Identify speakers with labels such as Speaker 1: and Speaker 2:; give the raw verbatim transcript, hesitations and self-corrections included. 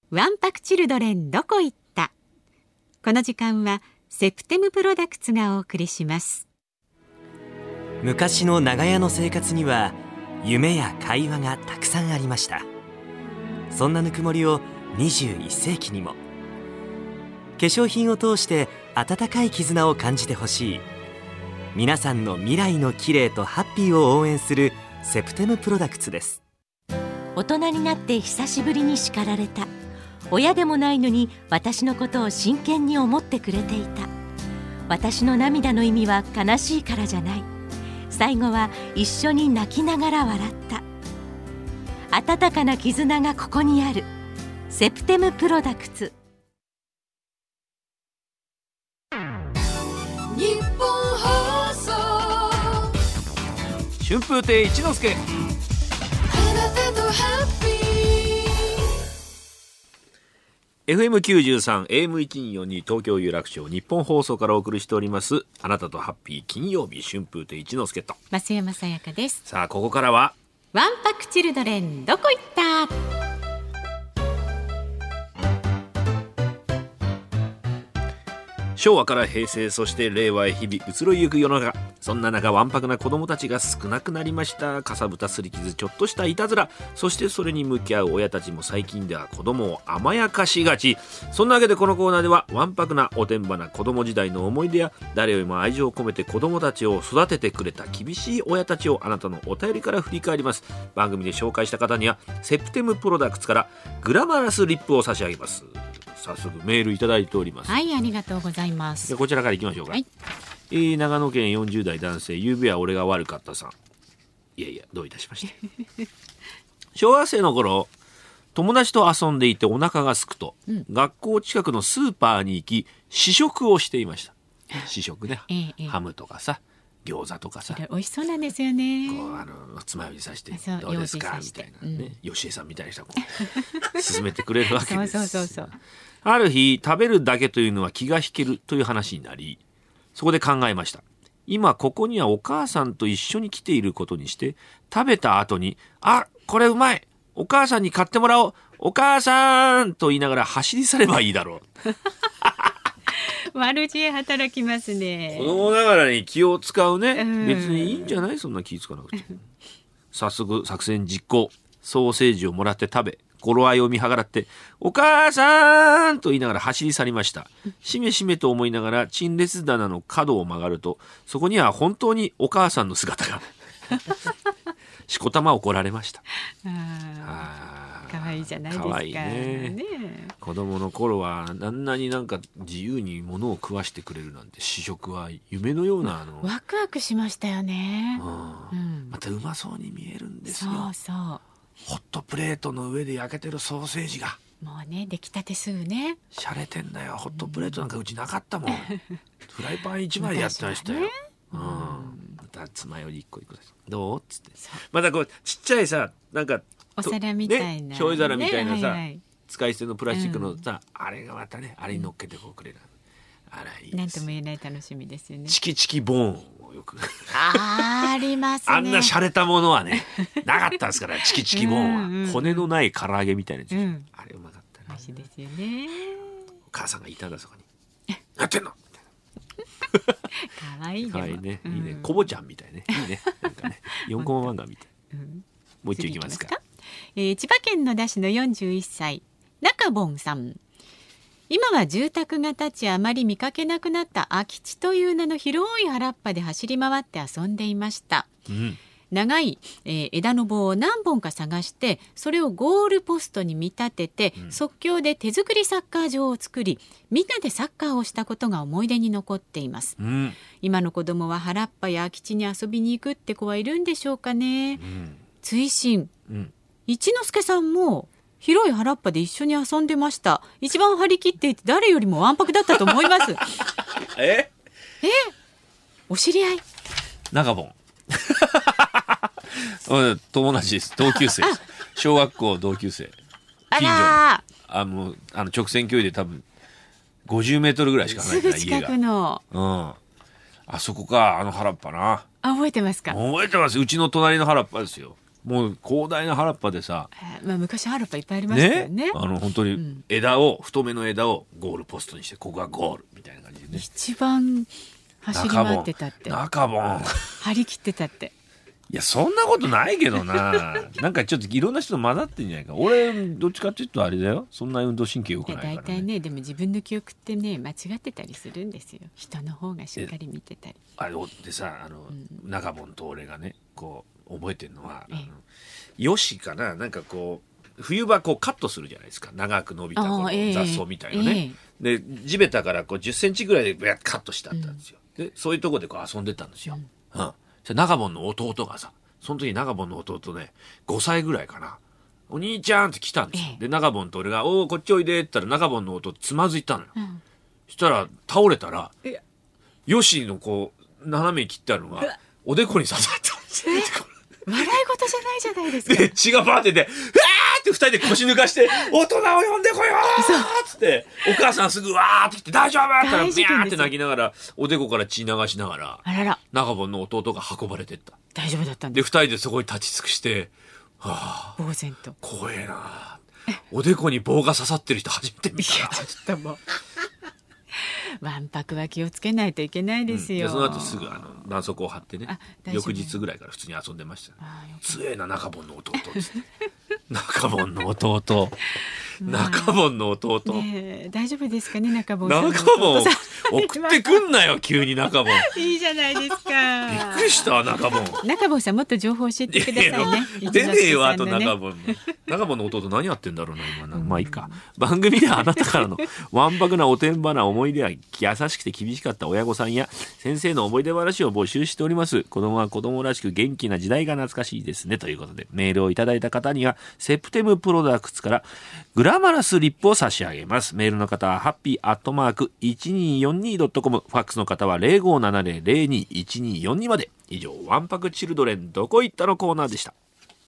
Speaker 1: わんぱくチルドレンどこ行った。この時間はセプテムプロダクツがお送りします。
Speaker 2: 昔の長屋の生活には夢や会話がたくさんありました。そんなぬくもりをにじゅういっせいきにも。化粧品を通して温かい絆を感じてほしい。皆さんの未来の綺麗とハッピーを応援するセプテムプロダクツです。
Speaker 3: 大人になって久しぶりに叱られた。親でもないのに私のことを真剣に思ってくれていた。私の涙の意味は悲しいからじゃない。最後は一緒に泣きながら笑った。温かな絆がここにある。セプテムプロダクツ。
Speaker 4: 日本放送
Speaker 5: 春風亭一之輔。エフエムきゅうじゅうさん エーエムせんよんじゅうに 東京有楽町日本放送からお送りしておりますあなたとハッピー金曜日、春風亭一之輔と
Speaker 1: 増山さやかです。
Speaker 5: さあここからは
Speaker 1: わんぱくチルドレンどこ行った。
Speaker 5: 昭和から平成、そして令和へ日々移ろいゆく世の中。そんな中、わんぱくな子供たちが少なくなりました。かさぶたすり傷、ちょっとしたいたずら、そしてそれに向き合う親たちも最近では子供を甘やかしがち。そんなわけでこのコーナーではわんぱくなおてんばな子供時代の思い出や、誰よりも愛情を込めて子供たちを育ててくれた厳しい親たちをあなたのお便りから振り返ります。番組で紹介した方にはセプテムプロダクツからグラマラスリップを差し上げます。早速メールいただいております。
Speaker 1: はい、ありがとうございます。
Speaker 5: でこちらからいきましょうか。
Speaker 1: はい、
Speaker 5: えー、長野県よんじゅう代男性、ゆうべは俺が悪かったさん。いやいや、どういたしまして小学生の頃、友達と遊んでいてお腹が空くと、うん、学校近くのスーパーに行き試食をしていました。試食ね、ええ、ハムとかさ、餃子とかさ、
Speaker 1: 美味しそうなんですよね。
Speaker 5: こうあのつまようじさしてどうですかみたいなね、うん、吉江さんみたいな人がこう勧めてくれるわけです。
Speaker 1: そうそうそうそう。
Speaker 5: ある日、食べるだけというのは気が引けるという話になり、そこで考えました。今ここにはお母さんと一緒に来ていることにして、食べた後に、あ、これうまい、お母さんに買ってもらおう、お母さんと言いながら走り去ればいいだろう
Speaker 1: 悪知恵働きますね。
Speaker 5: 子供ながらに気を使うね。別にいいんじゃない、そんな気使わなくて早速作戦実行。ソーセージをもらって食べ、頃合いを見計らってお母さんと言いながら走り去りました。しめしめと思いながら陳列棚の角を曲がると、そこには本当にお母さんの姿がしこたま怒られました。
Speaker 1: ああ、かわいいじゃないですか。
Speaker 5: かわいい ね, ね子供の頃はあんなになんか自由に物を食わしてくれるなんて、試食は夢のようなあの
Speaker 1: ワクワクしましたよね、
Speaker 5: うん、またうまそうに見えるんですよ。
Speaker 1: そうそう、
Speaker 5: ホットプレートの上で焼けてるソーセージが
Speaker 1: もうね、出来たてすぐね、
Speaker 5: しゃれてんだよ。ホットプレートなんかうちなかったもんフライパン一枚でやってましたよ、ね、うん、またつまようじ一個一個です。どうっつって、またこうちっちゃいさ、なんか
Speaker 1: お皿みたいな、ね、
Speaker 5: 醤油皿みたいなさ、
Speaker 1: はいはい、使
Speaker 5: い捨てのプラスチックのさ、うん、あれがまたね、あれに乗っけてこうくれる、うん、あらいいです。
Speaker 1: なんとも言えない楽しみですよね。
Speaker 5: チキチキボーンをよく
Speaker 1: あ, ありますね。あ
Speaker 5: んな洒落たものはねなかったですからチキチキボーンはうん、うん、骨のない唐揚げみたいなやつ、うん、あれうまかったね。
Speaker 1: 美味しいですよね。
Speaker 5: お母さんがいたんだ、そこにやってんのか
Speaker 1: わいい、
Speaker 5: かわいいね、いいね、コボちゃんみたいね、いいね、なんかねよんコマ漫画みたい、うん、もう一丁いきますか。
Speaker 1: えー、千葉県野田市のよんじゅういっさい、中本さん。今は住宅が建ち、あまり見かけなくなった空き地という名の広い原っぱで走り回って遊んでいました、うん、長い、えー、枝の棒を何本か探して、それをゴールポストに見立てて、うん、即興で手作りサッカー場を作り、みんなでサッカーをしたことが思い出に残っています、うん、今の子供は原っぱや空き地に遊びに行くって子はいるんでしょうかね、うん、追伸、うん、一之輔さんも広い原っぱで一緒に遊んでました。一番張り切っていて誰よりもわんぱくだったと思います
Speaker 5: え
Speaker 1: えお知り合い？
Speaker 5: 中本友達です。同級生です。小学校同級生。近所のああのあの直線距離で多分ごじゅうメートルぐらいしか離れてない家が。
Speaker 1: すぐ近くの、
Speaker 5: うん、あそこか、あの原っぱな。
Speaker 1: あ、覚えてますか？
Speaker 5: 覚えてます。うちの隣の原っぱですよ。 もう広大な原っぱでさ、
Speaker 1: えーまあ、昔原っぱいっぱいありましたよね。
Speaker 5: ね、あの本当に
Speaker 1: うん
Speaker 5: 枝を、太めの枝をゴールポストにして、ここがゴールみたいな感じでね。
Speaker 1: 一番走り回ってたって
Speaker 5: 中本
Speaker 1: 張り切ってたって。
Speaker 5: いやそんなことないけどななんかちょっといろんな人と混ざってんじゃないか。俺どっちかっていうとあれだよ、そんな運動神経良くないからね。
Speaker 1: 大体ね、でも自分の記憶ってね間違ってたりするんですよ。人の方がしっかり見てたり。
Speaker 5: あれでさ、あの、うん、中本と俺がねこう覚えてるのは、
Speaker 1: ええ、
Speaker 5: あのよしかな、なんかこう冬場こうカットするじゃないですか、長く伸びたこの雑草みたいなね、ええ、で地べたからこうじゅっセンチぐらいでカットしてあったんですよ、うん、でそういうとこでこう遊んでたんですよ、うんうん、中本の弟がさ、その時中本の弟ねごさいぐらいかな、お兄ちゃんって来たんですよ、ええ、で中本と俺がおーこっちおいでって言ったら中本の弟つまずいたのよ、うん、そしたら倒れたらよしのこう斜めに切ってあるのがおでこに刺されたんですよ。
Speaker 1: 笑い事じゃないじゃないですか。
Speaker 5: で血がバーって出て、うわーって二人で腰抜かして大人を呼んでこようっつって、お母さんすぐわーって来て大丈夫って言ったらビャーって泣きながらおでこから血流しながら、
Speaker 1: あらら
Speaker 5: 中本の弟が運ばれてった。
Speaker 1: 大丈夫だったん
Speaker 5: で
Speaker 1: です。
Speaker 5: で二人でそこに立ち尽くして、はあ、
Speaker 1: 呆然と。
Speaker 5: 怖えな、おでこに棒が刺さってる人初めて見た。
Speaker 1: いやちょっともうわんぱくは気をつけないといけないですよ、
Speaker 5: うん、でその後すぐあの絆創膏を貼ってね、翌日ぐらいから普通に遊んでました、ね、強えな中本の弟っつって中本の弟中本の弟、
Speaker 1: ね、大丈夫ですかね、中本さんの弟
Speaker 5: 中本送ってくんなよ急に中本
Speaker 1: いいじゃないですか。
Speaker 5: びっくりした中本。
Speaker 1: 中本さんもっと情報教えてくださいね。
Speaker 5: 出ねえわ、あと中本の中本の弟何やってんだろうな今な、うん、まあいいか。番組ではあなたからのわんぱくなおてんばな思い出や優しくて厳しかった親御さんや先生の思い出話を募集しております。子供は子供らしく元気な時代が懐かしいですねということで、メールをいただいた方にはセプテムプロダクツからグラマラスリップを差し上げます。メールの方はハッピーアットマーク いちにーよんにードットコム、 ファックスの方は ゼロごーななゼロ ゼロにーいちにーよんにーまで。以上、わんぱくチルドレンどこ行ったのコーナーでした。